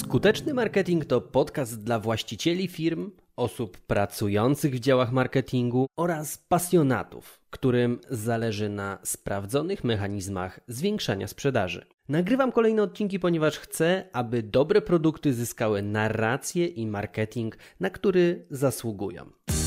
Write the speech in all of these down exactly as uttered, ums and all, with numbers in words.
Skuteczny marketing to podcast dla właścicieli firm, osób pracujących w działach marketingu oraz pasjonatów, którym zależy na sprawdzonych mechanizmach zwiększania sprzedaży. Nagrywam kolejne odcinki, ponieważ chcę, aby dobre produkty zyskały narrację i marketing, na który zasługują.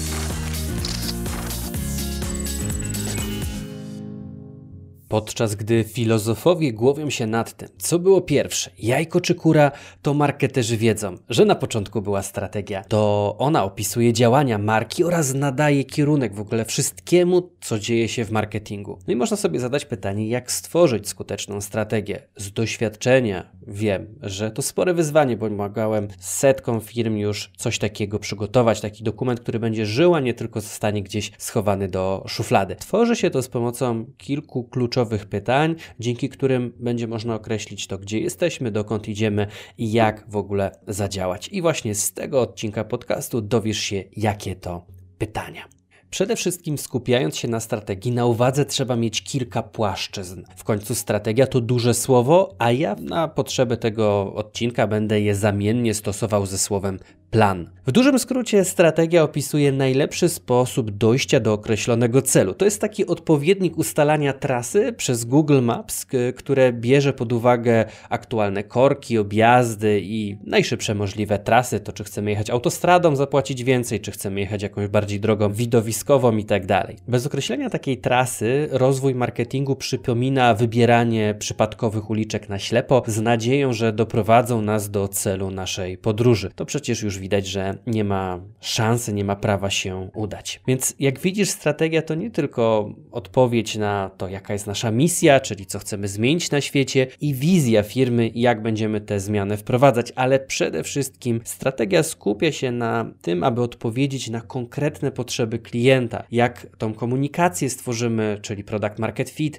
Podczas gdy filozofowie głowią się nad tym, co było pierwsze, jajko czy kura, to marketerzy wiedzą, że na początku była strategia. To ona opisuje działania marki oraz nadaje kierunek w ogóle wszystkiemu, co dzieje się w marketingu. No i można sobie zadać pytanie, jak stworzyć skuteczną strategię. Z doświadczenia wiem, że to spore wyzwanie, bo pomagałem setkom firm już coś takiego przygotować, taki dokument, który będzie żył, a nie tylko zostanie gdzieś schowany do szuflady. Tworzy się to z pomocą kilku kluczowych pytań, dzięki którym będzie można określić to, gdzie jesteśmy, dokąd idziemy i jak w ogóle zadziałać. I właśnie z tego odcinka podcastu dowiesz się, jakie to pytania. Przede wszystkim skupiając się na strategii, na uwadze trzeba mieć kilka płaszczyzn. W końcu strategia to duże słowo, a ja na potrzeby tego odcinka będę je zamiennie stosował ze słowem plan. W dużym skrócie strategia opisuje najlepszy sposób dojścia do określonego celu. To jest taki odpowiednik ustalania trasy przez Google Maps, k- które bierze pod uwagę aktualne korki, objazdy i najszybsze możliwe trasy. To czy chcemy jechać autostradą, zapłacić więcej, czy chcemy jechać jakąś bardziej drogą widowiskową i tak dalej. Bez określenia takiej trasy rozwój marketingu przypomina wybieranie przypadkowych uliczek na ślepo z nadzieją, że doprowadzą nas do celu naszej podróży. To przecież już widać, że nie ma szansy, nie ma prawa się udać. Więc jak widzisz, strategia to nie tylko odpowiedź na to, jaka jest nasza misja, czyli co chcemy zmienić na świecie i wizja firmy, jak będziemy te zmiany wprowadzać, ale przede wszystkim strategia skupia się na tym, aby odpowiedzieć na konkretne potrzeby klienta, jak tą komunikację stworzymy, czyli product market fit,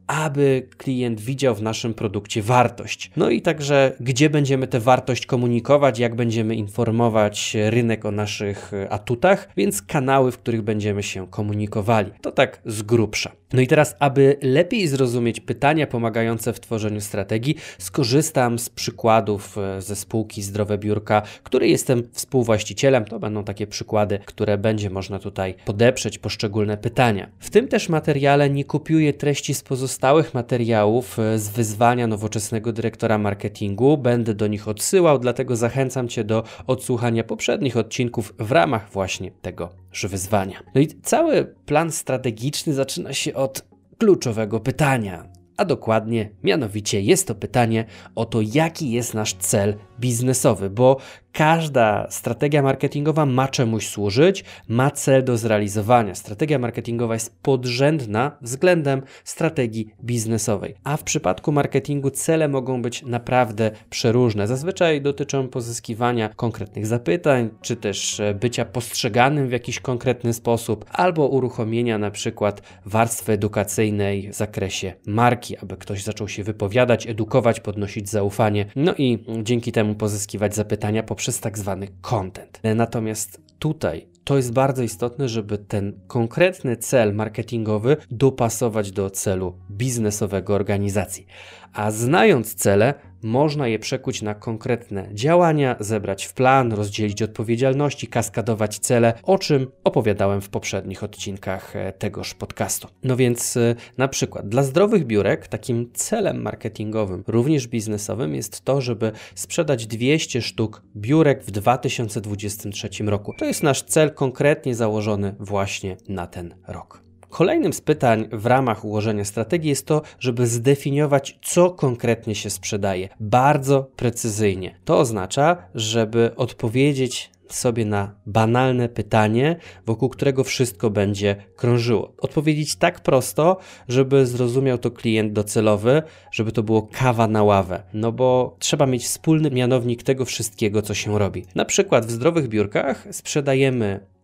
aby klient widział w naszym produkcie wartość. No i także, gdzie będziemy tę wartość komunikować, jak będziemy informować rynek o naszych atutach, więc kanały, w których będziemy się komunikowali. To tak z grubsza. No i teraz, aby lepiej zrozumieć pytania pomagające w tworzeniu strategii, skorzystam z przykładów ze spółki Zdrowe Biurka, której jestem współwłaścicielem. To będą takie przykłady, które będzie można tutaj podeprzeć poszczególne pytania. W tym też materiale nie kopiuję treści z pozostałych materiałów z wyzwania nowoczesnego dyrektora marketingu. Będę do nich odsyłał, dlatego zachęcam Cię do odsłuchania poprzednich odcinków w ramach właśnie tegoż wyzwania. No i cały plan strategiczny zaczyna się od kluczowego pytania, a dokładnie, mianowicie jest to pytanie o to, jaki jest nasz cel biznesowy, bo każda strategia marketingowa ma czemuś służyć, ma cel do zrealizowania. Strategia marketingowa jest podrzędna względem strategii biznesowej, a w przypadku marketingu cele mogą być naprawdę przeróżne. Zazwyczaj dotyczą pozyskiwania konkretnych zapytań, czy też bycia postrzeganym w jakiś konkretny sposób, albo uruchomienia na przykład warstwy edukacyjnej w zakresie marki, aby ktoś zaczął się wypowiadać, edukować, podnosić zaufanie, no i dzięki temu pozyskiwać zapytania poprzez tak zwany content. Natomiast tutaj to jest bardzo istotne, żeby ten konkretny cel marketingowy dopasować do celu biznesowego organizacji. A znając cele, można je przekuć na konkretne działania, zebrać w plan, rozdzielić odpowiedzialności, kaskadować cele, o czym opowiadałem w poprzednich odcinkach tegoż podcastu. No więc na przykład dla zdrowych biurek takim celem marketingowym, również biznesowym, jest to, żeby sprzedać dwieście sztuk biurek w dwa tysiące dwudziestym trzecim roku. To jest nasz cel konkretnie założony właśnie na ten rok. Kolejnym z pytań w ramach ułożenia strategii jest to, żeby zdefiniować, co konkretnie się sprzedaje. Bardzo precyzyjnie. To oznacza, żeby odpowiedzieć sobie na banalne pytanie, wokół którego wszystko będzie krążyło. Odpowiedzieć tak prosto, żeby zrozumiał to klient docelowy, żeby to było kawa na ławę. No bo trzeba mieć wspólny mianownik tego wszystkiego, co się robi. Na przykład w zdrowych biurkach sprzedajemy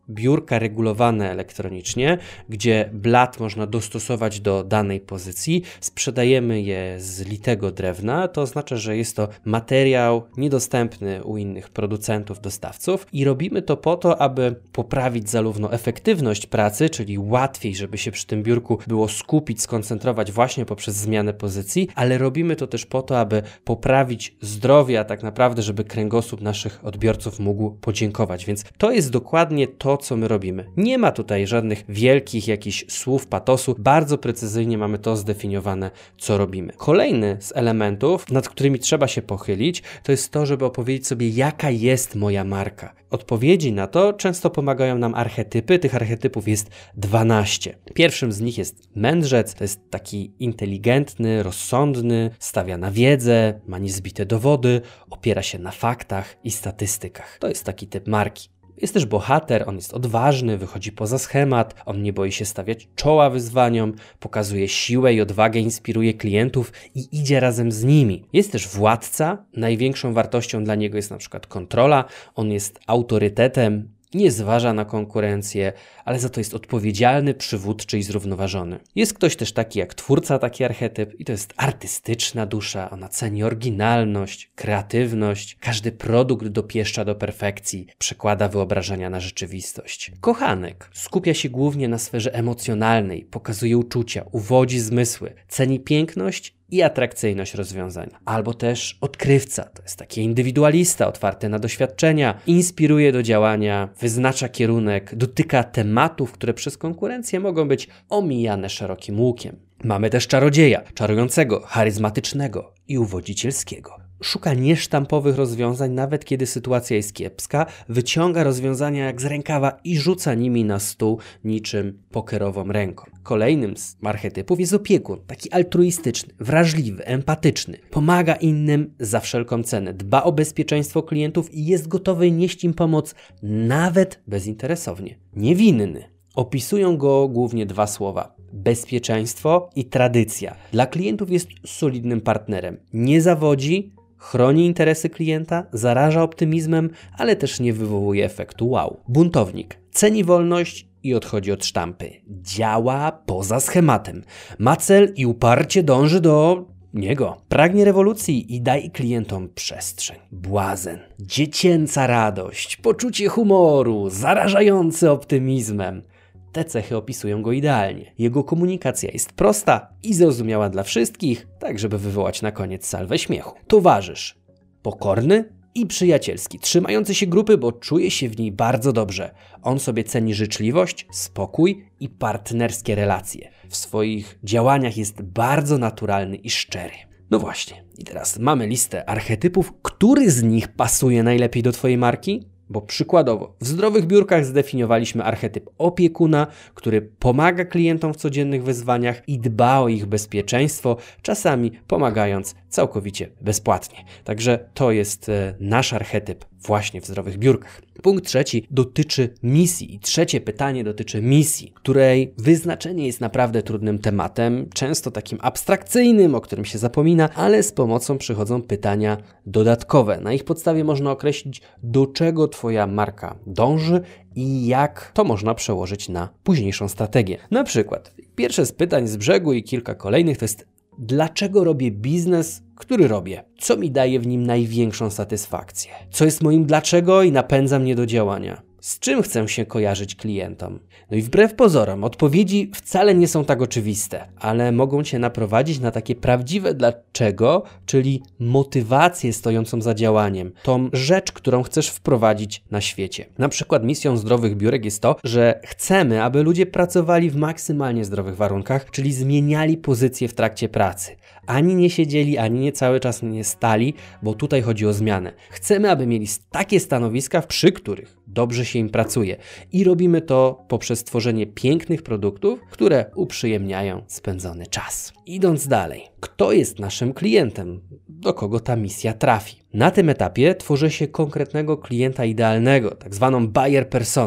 biurka regulowane elektronicznie, gdzie blat można dostosować do danej pozycji. Sprzedajemy je z litego drewna, to oznacza, że jest to materiał niedostępny u innych producentów, dostawców i robimy to po to, aby poprawić zarówno efektywność pracy, czyli łatwiej, żeby się przy tym biurku było skupić, skoncentrować właśnie poprzez zmianę pozycji, ale robimy to też po to, aby poprawić zdrowie, a tak naprawdę, żeby kręgosłup naszych odbiorców mógł podziękować. Więc to jest dokładnie to, co my robimy. Nie ma tutaj żadnych wielkich jakichś słów patosu. Bardzo precyzyjnie mamy to zdefiniowane, co robimy. Kolejny z elementów, nad którymi trzeba się pochylić, to jest to, żeby opowiedzieć sobie, jaka jest moja marka. Odpowiedzi na to często pomagają nam archetypy. Tych archetypów jest dwanaście. Pierwszym z nich jest mędrzec. To jest taki inteligentny, rozsądny, stawia na wiedzę, ma niezbite dowody, opiera się na faktach i statystykach. To jest taki typ marki. Jest też bohater, on jest odważny, wychodzi poza schemat, on nie boi się stawiać czoła wyzwaniom, pokazuje siłę i odwagę, inspiruje klientów i idzie razem z nimi. Jest też władca, największą wartością dla niego jest na przykład kontrola, on jest autorytetem, nie zważa na konkurencję, ale za to jest odpowiedzialny, przywódczy i zrównoważony. Jest ktoś też taki jak twórca, taki archetyp i to jest artystyczna dusza. Ona ceni oryginalność, kreatywność. Każdy produkt dopieszcza do perfekcji, przekłada wyobrażenia na rzeczywistość. Kochanek skupia się głównie na sferze emocjonalnej, pokazuje uczucia, uwodzi zmysły, ceni piękność i atrakcyjność rozwiązań. Albo też odkrywca, to jest taki indywidualista, otwarty na doświadczenia, inspiruje do działania, wyznacza kierunek, dotyka tematów, które przez konkurencję mogą być omijane szerokim łukiem. Mamy też czarodzieja, czarującego, charyzmatycznego i uwodzicielskiego. Szuka niesztampowych rozwiązań, nawet kiedy sytuacja jest kiepska, wyciąga rozwiązania jak z rękawa i rzuca nimi na stół niczym pokerową ręką. Kolejnym z archetypów jest opiekun, taki altruistyczny, wrażliwy, empatyczny. Pomaga innym za wszelką cenę, dba o bezpieczeństwo klientów i jest gotowy nieść im pomoc nawet bezinteresownie. Niewinny. Opisują go głównie dwa słowa: bezpieczeństwo i tradycja. Dla klientów jest solidnym partnerem. Nie zawodzi, chroni interesy klienta, zaraża optymizmem, ale też nie wywołuje efektu wow. Buntownik. Ceni wolność i odchodzi od sztampy. Działa poza schematem. Ma cel i uparcie dąży do niego. Pragnie rewolucji i daje klientom przestrzeń. Błazen. Dziecięca radość, poczucie humoru, zarażający optymizmem. Te cechy opisują go idealnie. Jego komunikacja jest prosta i zrozumiała dla wszystkich, tak żeby wywołać na koniec salwę śmiechu. Towarzysz. Pokorny i przyjacielski, trzymający się grupy, bo czuje się w niej bardzo dobrze. On sobie ceni życzliwość, spokój i partnerskie relacje. W swoich działaniach jest bardzo naturalny i szczery. No właśnie, i teraz mamy listę archetypów. Który z nich pasuje najlepiej do Twojej marki? Bo przykładowo, w zdrowych biurkach zdefiniowaliśmy archetyp opiekuna, który pomaga klientom w codziennych wyzwaniach i dba o ich bezpieczeństwo, czasami pomagając całkowicie bezpłatnie. Także to jest e, nasz archetyp właśnie w zdrowych biurkach. Punkt trzeci dotyczy misji. I trzecie pytanie dotyczy misji, której wyznaczenie jest naprawdę trudnym tematem, często takim abstrakcyjnym, o którym się zapomina, ale z pomocą przychodzą pytania dodatkowe. Na ich podstawie można określić, do czego Twoja marka dąży i jak to można przełożyć na późniejszą strategię. Na przykład, pierwsze z pytań z brzegu i kilka kolejnych to jest: dlaczego robię biznes, który robię? Co mi daje w nim największą satysfakcję? Co jest moim dlaczego i napędza mnie do działania? Z czym chcę się kojarzyć klientom? No i wbrew pozorom, odpowiedzi wcale nie są tak oczywiste, ale mogą Cię naprowadzić na takie prawdziwe dlaczego, czyli motywację stojącą za działaniem, tą rzecz, którą chcesz wprowadzić na świecie. Na przykład misją zdrowych biurek jest to, że chcemy, aby ludzie pracowali w maksymalnie zdrowych warunkach, czyli zmieniali pozycję w trakcie pracy. Ani nie siedzieli, ani nie cały czas nie stali, bo tutaj chodzi o zmianę. Chcemy, aby mieli takie stanowiska, przy których dobrze się im pracuje. I robimy to poprzez tworzenie pięknych produktów, które uprzyjemniają spędzony czas. Idąc dalej, kto jest naszym klientem? Do kogo ta misja trafi? Na tym etapie tworzy się konkretnego klienta idealnego, tak zwaną buyer personę.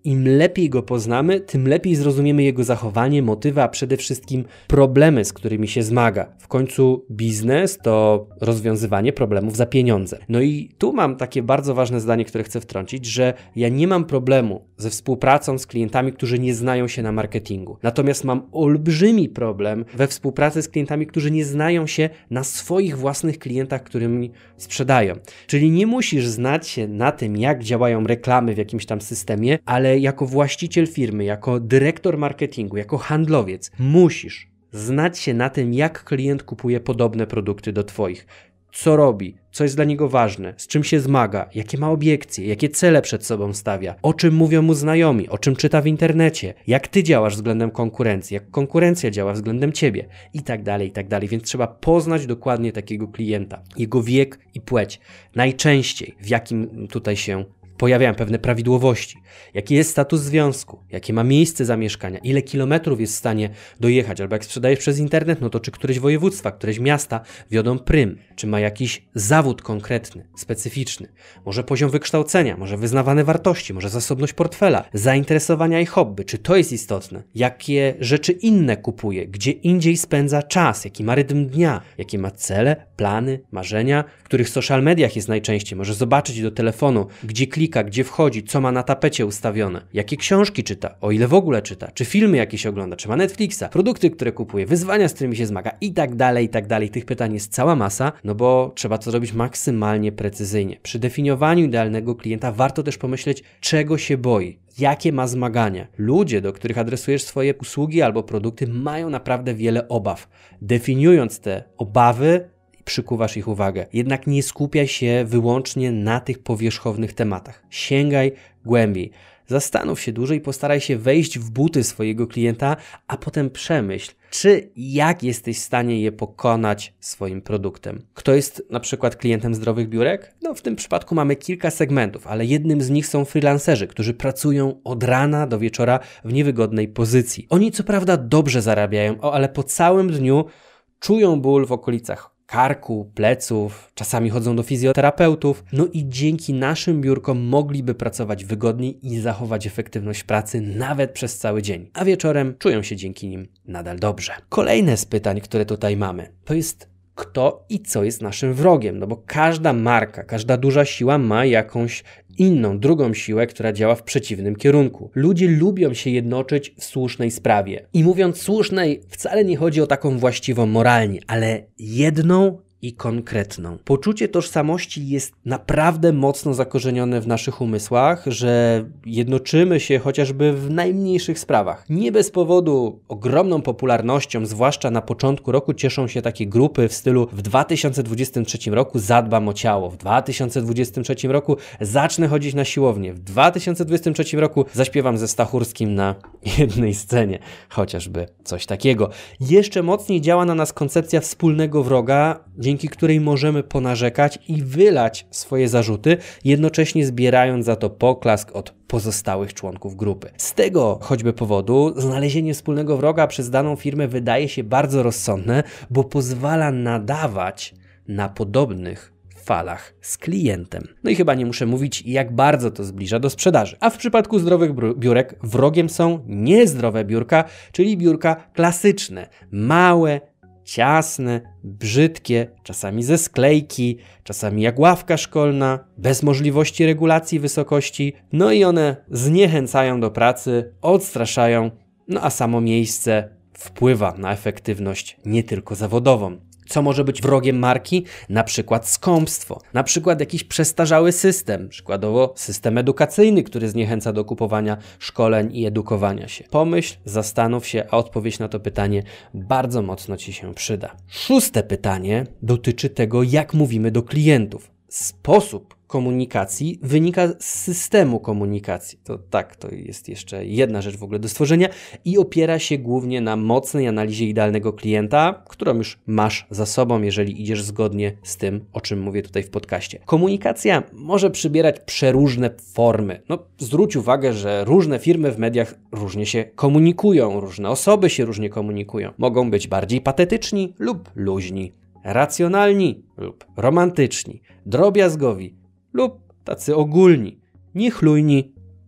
im lepiej go poznamy, tym lepiej zrozumiemy jego zachowanie, motywy, a przede wszystkim problemy, z którymi się zmaga. W końcu biznes to rozwiązywanie problemów za pieniądze. No i tu mam takie bardzo ważne zdanie, które chcę wtrącić, że ja nie mam problemu ze współpracą z klientami, którzy nie znają się na marketingu. Natomiast mam olbrzymi problem we współpracy z klientami, którzy nie znają się na swoich własnych klientach, którymi sprzedają. Czyli nie musisz znać się na tym, jak działają reklamy w jakimś tam systemie, ale jako właściciel firmy, jako dyrektor marketingu, jako handlowiec musisz znać się na tym, jak klient kupuje podobne produkty do Twoich. Co robi, co jest dla niego ważne, z czym się zmaga, jakie ma obiekcje, jakie cele przed sobą stawia, o czym mówią mu znajomi, o czym czyta w internecie, jak ty działasz względem konkurencji, jak konkurencja działa względem ciebie i tak dalej, i tak dalej. Więc trzeba poznać dokładnie takiego klienta, jego wiek i płeć. Najczęściej w jakim tutaj się pojawiają pewne prawidłowości, jaki jest status związku, jakie ma miejsce zamieszkania, ile kilometrów jest w stanie dojechać, albo jak sprzedajesz przez internet, no to czy któreś województwa, któreś miasta wiodą prym, czy ma jakiś zawód konkretny, specyficzny, może poziom wykształcenia, może wyznawane wartości, może zasobność portfela, zainteresowania i hobby, czy to jest istotne, jakie rzeczy inne kupuje, gdzie indziej spędza czas, jaki ma rytm dnia, jakie ma cele, plany, marzenia, w których social mediach jest najczęściej, może zobaczyć do telefonu, gdzie klika, gdzie wchodzi, co ma na tapecie ustawione, jakie książki czyta, o ile w ogóle czyta, czy filmy jakieś ogląda, czy ma Netflixa, produkty, które kupuje, wyzwania, z którymi się zmaga i tak dalej, i tak dalej. Tych pytań jest cała masa, no bo trzeba to zrobić maksymalnie precyzyjnie. Przy definiowaniu idealnego klienta warto też pomyśleć, czego się boi, jakie ma zmagania. Ludzie, do których adresujesz swoje usługi albo produkty, mają naprawdę wiele obaw. Definiując te obawy, przykuwasz ich uwagę. Jednak nie skupiaj się wyłącznie na tych powierzchownych tematach. Sięgaj głębiej. Zastanów się dłużej, postaraj się wejść w buty swojego klienta, a potem przemyśl, czy jak jesteś w stanie je pokonać swoim produktem. Kto jest na przykład klientem zdrowych biurek? No w tym przypadku mamy kilka segmentów, ale jednym z nich są freelancerzy, którzy pracują od rana do wieczora w niewygodnej pozycji. Oni co prawda dobrze zarabiają, o, ale po całym dniu czują ból w okolicach karku, pleców, czasami chodzą do fizjoterapeutów, no i dzięki naszym biurkom mogliby pracować wygodniej i zachować efektywność pracy nawet przez cały dzień, a wieczorem czują się dzięki nim nadal dobrze. Kolejne z pytań, które tutaj mamy, to jest kto i co jest naszym wrogiem, no bo każda marka, każda duża siła ma jakąś inną, drugą siłę, która działa w przeciwnym kierunku. Ludzie lubią się jednoczyć w słusznej sprawie. I mówiąc słusznej, wcale nie chodzi o taką właściwą moralnie, ale jedną i konkretną. Poczucie tożsamości jest naprawdę mocno zakorzenione w naszych umysłach, że jednoczymy się chociażby w najmniejszych sprawach. Nie bez powodu ogromną popularnością, zwłaszcza na początku roku, cieszą się takie grupy w stylu w dwa tysiące dwudziestym trzecim roku zadbam o ciało, w dwa tysiące dwudziestym trzecim roku zacznę chodzić na siłownię, w dwa tysiące dwudziestym trzecim roku zaśpiewam ze Stachurskim na jednej scenie, chociażby coś takiego. Jeszcze mocniej działa na nas koncepcja wspólnego wroga, dzięki której możemy ponarzekać i wylać swoje zarzuty, jednocześnie zbierając za to poklask od pozostałych członków grupy. Z tego choćby powodu znalezienie wspólnego wroga przez daną firmę wydaje się bardzo rozsądne, bo pozwala nadawać na podobnych falach z klientem. No i chyba nie muszę mówić, jak bardzo to zbliża do sprzedaży. A w przypadku zdrowych biurek wrogiem są niezdrowe biurka, czyli biurka klasyczne, małe, ciasne, brzydkie, czasami ze sklejki, czasami jak ławka szkolna, bez możliwości regulacji wysokości, no i one zniechęcają do pracy, odstraszają, no a samo miejsce wpływa na efektywność nie tylko zawodową. Co może być wrogiem marki? Na przykład skąpstwo, na przykład jakiś przestarzały system, przykładowo system edukacyjny, który zniechęca do kupowania szkoleń i edukowania się. Pomyśl, zastanów się, a odpowiedź na to pytanie bardzo mocno Ci się przyda. Szóste pytanie dotyczy tego, jak mówimy do klientów. Sposób komunikacji wynika z systemu komunikacji. To tak, to jest jeszcze jedna rzecz w ogóle do stworzenia i opiera się głównie na mocnej analizie idealnego klienta, którą już masz za sobą, jeżeli idziesz zgodnie z tym, o czym mówię tutaj w podcaście. Komunikacja może przybierać przeróżne formy. No, zwróć uwagę, że różne firmy w mediach różnie się komunikują, różne osoby się różnie komunikują. Mogą być bardziej patetyczni lub luźni, racjonalni lub romantyczni, drobiazgowi lub tacy ogólni, niechlujni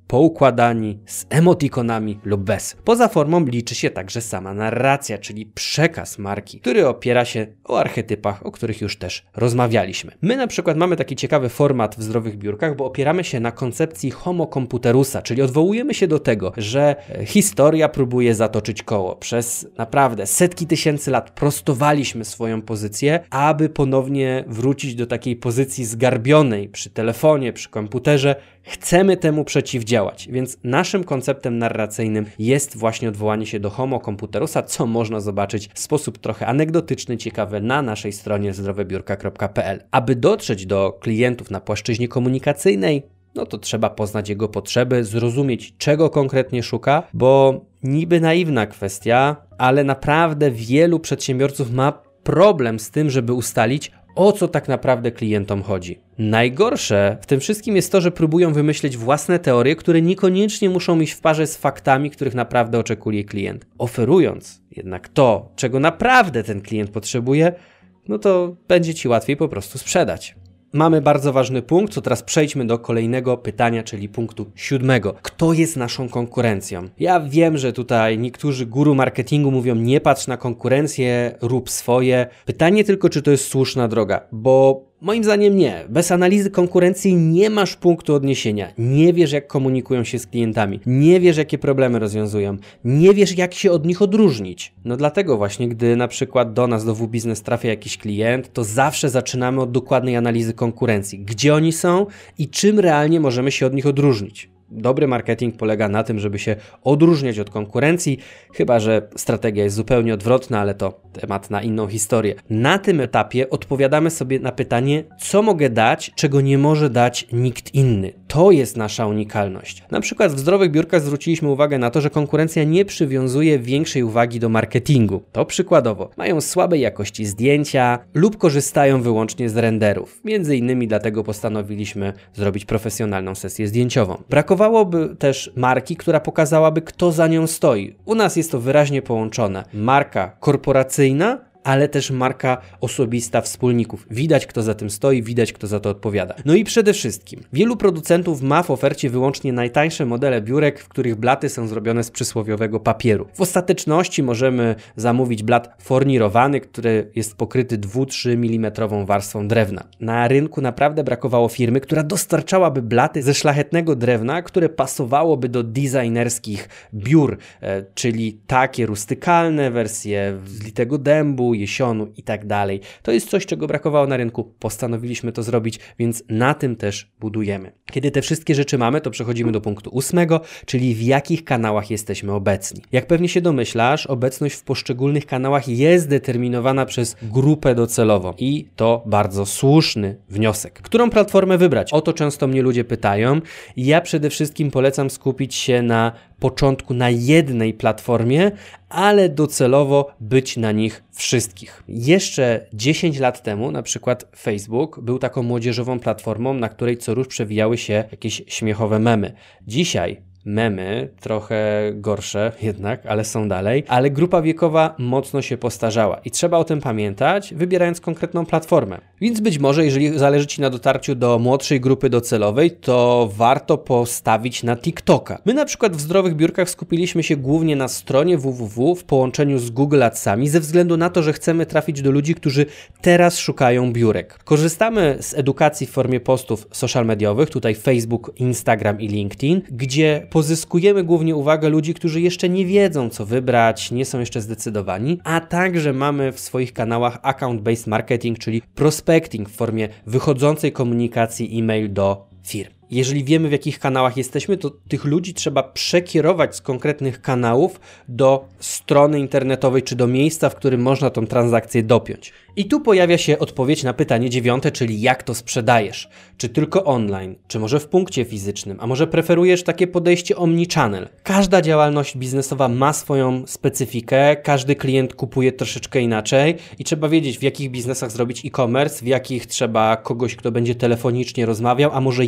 poukładani, z emotikonami lub bez. Poza formą liczy się także sama narracja, czyli przekaz marki, który opiera się o archetypach, o których już też rozmawialiśmy. My na przykład mamy taki ciekawy format w Zdrowych Biurkach, bo opieramy się na koncepcji homo computerusa, czyli odwołujemy się do tego, że historia próbuje zatoczyć koło. Przez naprawdę setki tysięcy lat prostowaliśmy swoją pozycję, aby ponownie wrócić do takiej pozycji zgarbionej przy telefonie, przy komputerze. Chcemy temu przeciwdziałać, więc naszym konceptem narracyjnym jest właśnie odwołanie się do homo computerusa, co można zobaczyć w sposób trochę anegdotyczny, ciekawy na naszej stronie zdrowebiurka kropka p l. Aby dotrzeć do klientów na płaszczyźnie komunikacyjnej, no to trzeba poznać jego potrzeby, zrozumieć, czego konkretnie szuka, bo niby naiwna kwestia, ale naprawdę wielu przedsiębiorców ma problem z tym, żeby ustalić, o co tak naprawdę klientom chodzi. Najgorsze w tym wszystkim jest to, że próbują wymyślić własne teorie, które niekoniecznie muszą iść w parze z faktami, których naprawdę oczekuje klient. Oferując jednak to, czego naprawdę ten klient potrzebuje, no to będzie Ci łatwiej po prostu sprzedać. Mamy bardzo ważny punkt, to teraz przejdźmy do kolejnego pytania, czyli punktu siódmego. Kto jest naszą konkurencją? Ja wiem, że tutaj niektórzy guru marketingu mówią, nie patrz na konkurencję, rób swoje. Pytanie tylko, czy to jest słuszna droga, bo moim zdaniem nie. Bez analizy konkurencji nie masz punktu odniesienia. Nie wiesz, jak komunikują się z klientami. Nie wiesz, jakie problemy rozwiązują. Nie wiesz, jak się od nich odróżnić. No dlatego właśnie, gdy na przykład do nas, do W-Biznes trafia jakiś klient, to zawsze zaczynamy od dokładnej analizy konkurencji. Gdzie oni są i czym realnie możemy się od nich odróżnić. Dobry marketing polega na tym, żeby się odróżniać od konkurencji, chyba że strategia jest zupełnie odwrotna, ale to temat na inną historię. Na tym etapie odpowiadamy sobie na pytanie, co mogę dać, czego nie może dać nikt inny. To jest nasza unikalność. Na przykład w Zdrowych Biurkach zwróciliśmy uwagę na to, że konkurencja nie przywiązuje większej uwagi do marketingu. To przykładowo mają słabej jakości zdjęcia lub korzystają wyłącznie z renderów. Między innymi dlatego postanowiliśmy zrobić profesjonalną sesję zdjęciową. Brakowałoby też marki, która pokazałaby, kto za nią stoi. U nas jest to wyraźnie połączone. Marka korporacyjna, ale też marka osobista wspólników. Widać, kto za tym stoi, widać, kto za to odpowiada. No i przede wszystkim, wielu producentów ma w ofercie wyłącznie najtańsze modele biurek, w których blaty są zrobione z przysłowiowego papieru. W ostateczności możemy zamówić blat fornirowany, który jest pokryty dwa do trzech milimetrów warstwą drewna. Na rynku naprawdę brakowało firmy, która dostarczałaby blaty ze szlachetnego drewna, które pasowałoby do designerskich biur, e, czyli takie rustykalne, wersje z litego dębu, jesionu i tak dalej. To jest coś, czego brakowało na rynku. Postanowiliśmy to zrobić, więc na tym też budujemy. Kiedy te wszystkie rzeczy mamy, to przechodzimy do punktu ósmego, czyli w jakich kanałach jesteśmy obecni. Jak pewnie się domyślasz, obecność w poszczególnych kanałach jest determinowana przez grupę docelową i to bardzo słuszny wniosek. Którą platformę wybrać? O to często mnie ludzie pytają. Ja przede wszystkim polecam skupić się na początku na jednej platformie, ale docelowo być na nich wszystkich. Jeszcze dziesięć lat temu na przykład Facebook był taką młodzieżową platformą, na której co rusz przewijały się jakieś śmiechowe memy. Dzisiaj memy, trochę gorsze jednak, ale są dalej, ale grupa wiekowa mocno się postarzała i trzeba o tym pamiętać, wybierając konkretną platformę. Więc być może, jeżeli zależy Ci na dotarciu do młodszej grupy docelowej, to warto postawić na TikToka. My na przykład w Zdrowych Biurkach skupiliśmy się głównie na stronie www w połączeniu z Google Adsami, ze względu na to, że chcemy trafić do ludzi, którzy teraz szukają biurek. Korzystamy z edukacji w formie postów social mediowych, tutaj Facebook, Instagram i LinkedIn, gdzie pozyskujemy głównie uwagę ludzi, którzy jeszcze nie wiedzą, co wybrać, nie są jeszcze zdecydowani, a także mamy w swoich kanałach account-based marketing, czyli prospecting w formie wychodzącej komunikacji e-mail do firm. Jeżeli wiemy, w jakich kanałach jesteśmy, to tych ludzi trzeba przekierować z konkretnych kanałów do strony internetowej czy do miejsca, w którym można tą transakcję dopiąć. I tu pojawia się odpowiedź na pytanie dziewiąte, czyli jak to sprzedajesz? Czy tylko online? Czy może w punkcie fizycznym? A może preferujesz takie podejście omnichannel? Każda działalność biznesowa ma swoją specyfikę, każdy klient kupuje troszeczkę inaczej i trzeba wiedzieć, w jakich biznesach zrobić e-commerce, w jakich trzeba kogoś, kto będzie telefonicznie rozmawiał, a może jeździł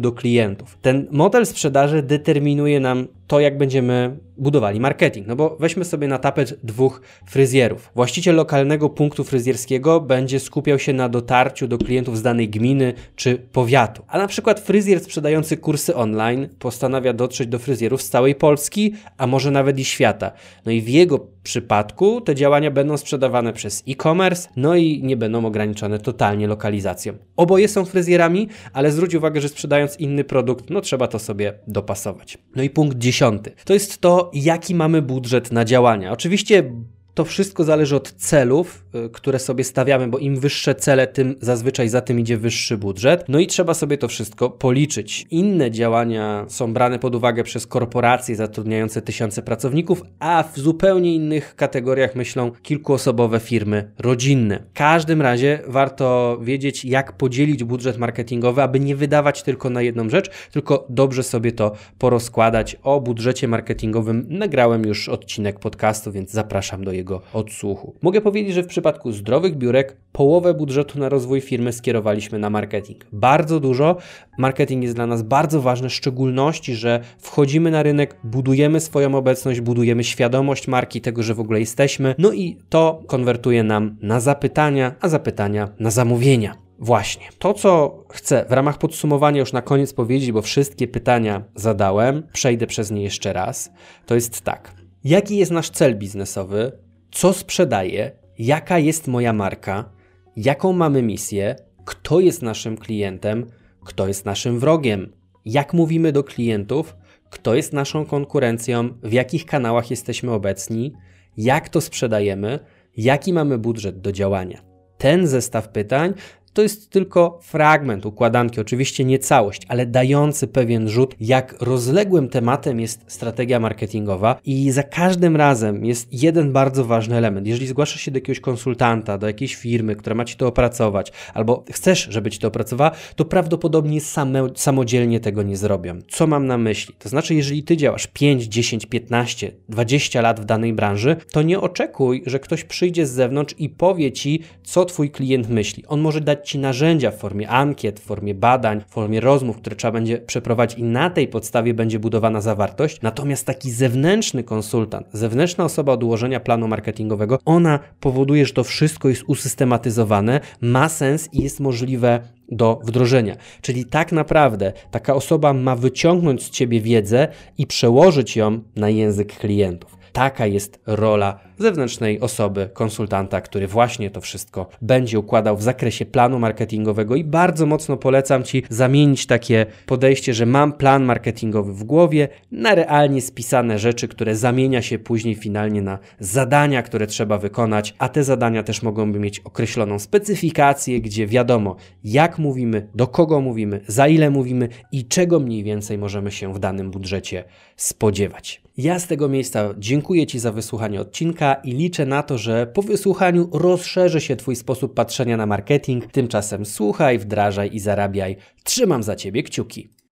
do klientów. Ten model sprzedaży determinuje nam to, jak będziemy budowali marketing. No bo weźmy sobie na tapet dwóch fryzjerów. Właściciel lokalnego punktu fryzjerskiego będzie skupiał się na dotarciu do klientów z danej gminy czy powiatu. A na przykład fryzjer sprzedający kursy online postanawia dotrzeć do fryzjerów z całej Polski, a może nawet i świata. No i w jego przypadku te działania będą sprzedawane przez e-commerce, no i nie będą ograniczone totalnie lokalizacją. Oboje są fryzjerami, ale zwróć uwagę, że sprzedając inny produkt, no trzeba to sobie dopasować. No i punkt dziesiąty. To jest to, jaki mamy budżet na działania. Oczywiście to wszystko zależy od celów, które sobie stawiamy, bo im wyższe cele, tym zazwyczaj za tym idzie wyższy budżet. No i trzeba sobie to wszystko policzyć. Inne działania są brane pod uwagę przez korporacje zatrudniające tysiące pracowników, a w zupełnie innych kategoriach myślą kilkuosobowe firmy rodzinne. W każdym razie warto wiedzieć, jak podzielić budżet marketingowy, aby nie wydawać tylko na jedną rzecz, tylko dobrze sobie to porozkładać. O budżecie marketingowym nagrałem już odcinek podcastu, więc zapraszam do jego odsłuchu. Mogę powiedzieć, że w przypadku zdrowych biurek połowę budżetu na rozwój firmy skierowaliśmy na marketing. Bardzo dużo. Marketing jest dla nas bardzo ważny, w szczególności, że wchodzimy na rynek, budujemy swoją obecność, budujemy świadomość marki, tego, że w ogóle jesteśmy, no i to konwertuje nam na zapytania, a zapytania na zamówienia. Właśnie. To, co chcę w ramach podsumowania już na koniec powiedzieć, bo wszystkie pytania zadałem, przejdę przez nie jeszcze raz, to jest tak. Jaki jest nasz cel biznesowy? Co sprzedaję? Jaka jest moja marka? Jaką mamy misję? Kto jest naszym klientem? Kto jest naszym wrogiem? Jak mówimy do klientów? Kto jest naszą konkurencją? W jakich kanałach jesteśmy obecni? Jak to sprzedajemy? Jaki mamy budżet do działania? Ten zestaw pytań to jest tylko fragment układanki, oczywiście nie całość, ale dający pewien rzut, jak rozległym tematem jest strategia marketingowa i za każdym razem jest jeden bardzo ważny element. Jeżeli zgłaszasz się do jakiegoś konsultanta, do jakiejś firmy, która ma Ci to opracować, albo chcesz, żeby Ci to opracowała, to prawdopodobnie same, samodzielnie tego nie zrobią. Co mam na myśli? To znaczy, jeżeli Ty działasz pięć, dziesięć, piętnaście, dwadzieścia lat w danej branży, to nie oczekuj, że ktoś przyjdzie z zewnątrz i powie Ci, co Twój klient myśli. On może dać Ci narzędzia w formie ankiet, w formie badań, w formie rozmów, które trzeba będzie przeprowadzić i na tej podstawie będzie budowana zawartość. Natomiast taki zewnętrzny konsultant, zewnętrzna osoba od ułożenia planu marketingowego, ona powoduje, że to wszystko jest usystematyzowane, ma sens i jest możliwe do wdrożenia. Czyli tak naprawdę taka osoba ma wyciągnąć z Ciebie wiedzę i przełożyć ją na język klientów. Taka jest rola zewnętrznej osoby, konsultanta, który właśnie to wszystko będzie układał w zakresie planu marketingowego i bardzo mocno polecam Ci zamienić takie podejście, że mam plan marketingowy w głowie na realnie spisane rzeczy, które zamienia się później finalnie na zadania, które trzeba wykonać, a te zadania też mogą mieć określoną specyfikację, gdzie wiadomo, jak mówimy, do kogo mówimy, za ile mówimy i czego mniej więcej możemy się w danym budżecie spodziewać. Ja z tego miejsca dziękuję Ci za wysłuchanie odcinka i liczę na to, że po wysłuchaniu rozszerzy się Twój sposób patrzenia na marketing. Tymczasem słuchaj, wdrażaj i zarabiaj. Trzymam za Ciebie kciuki.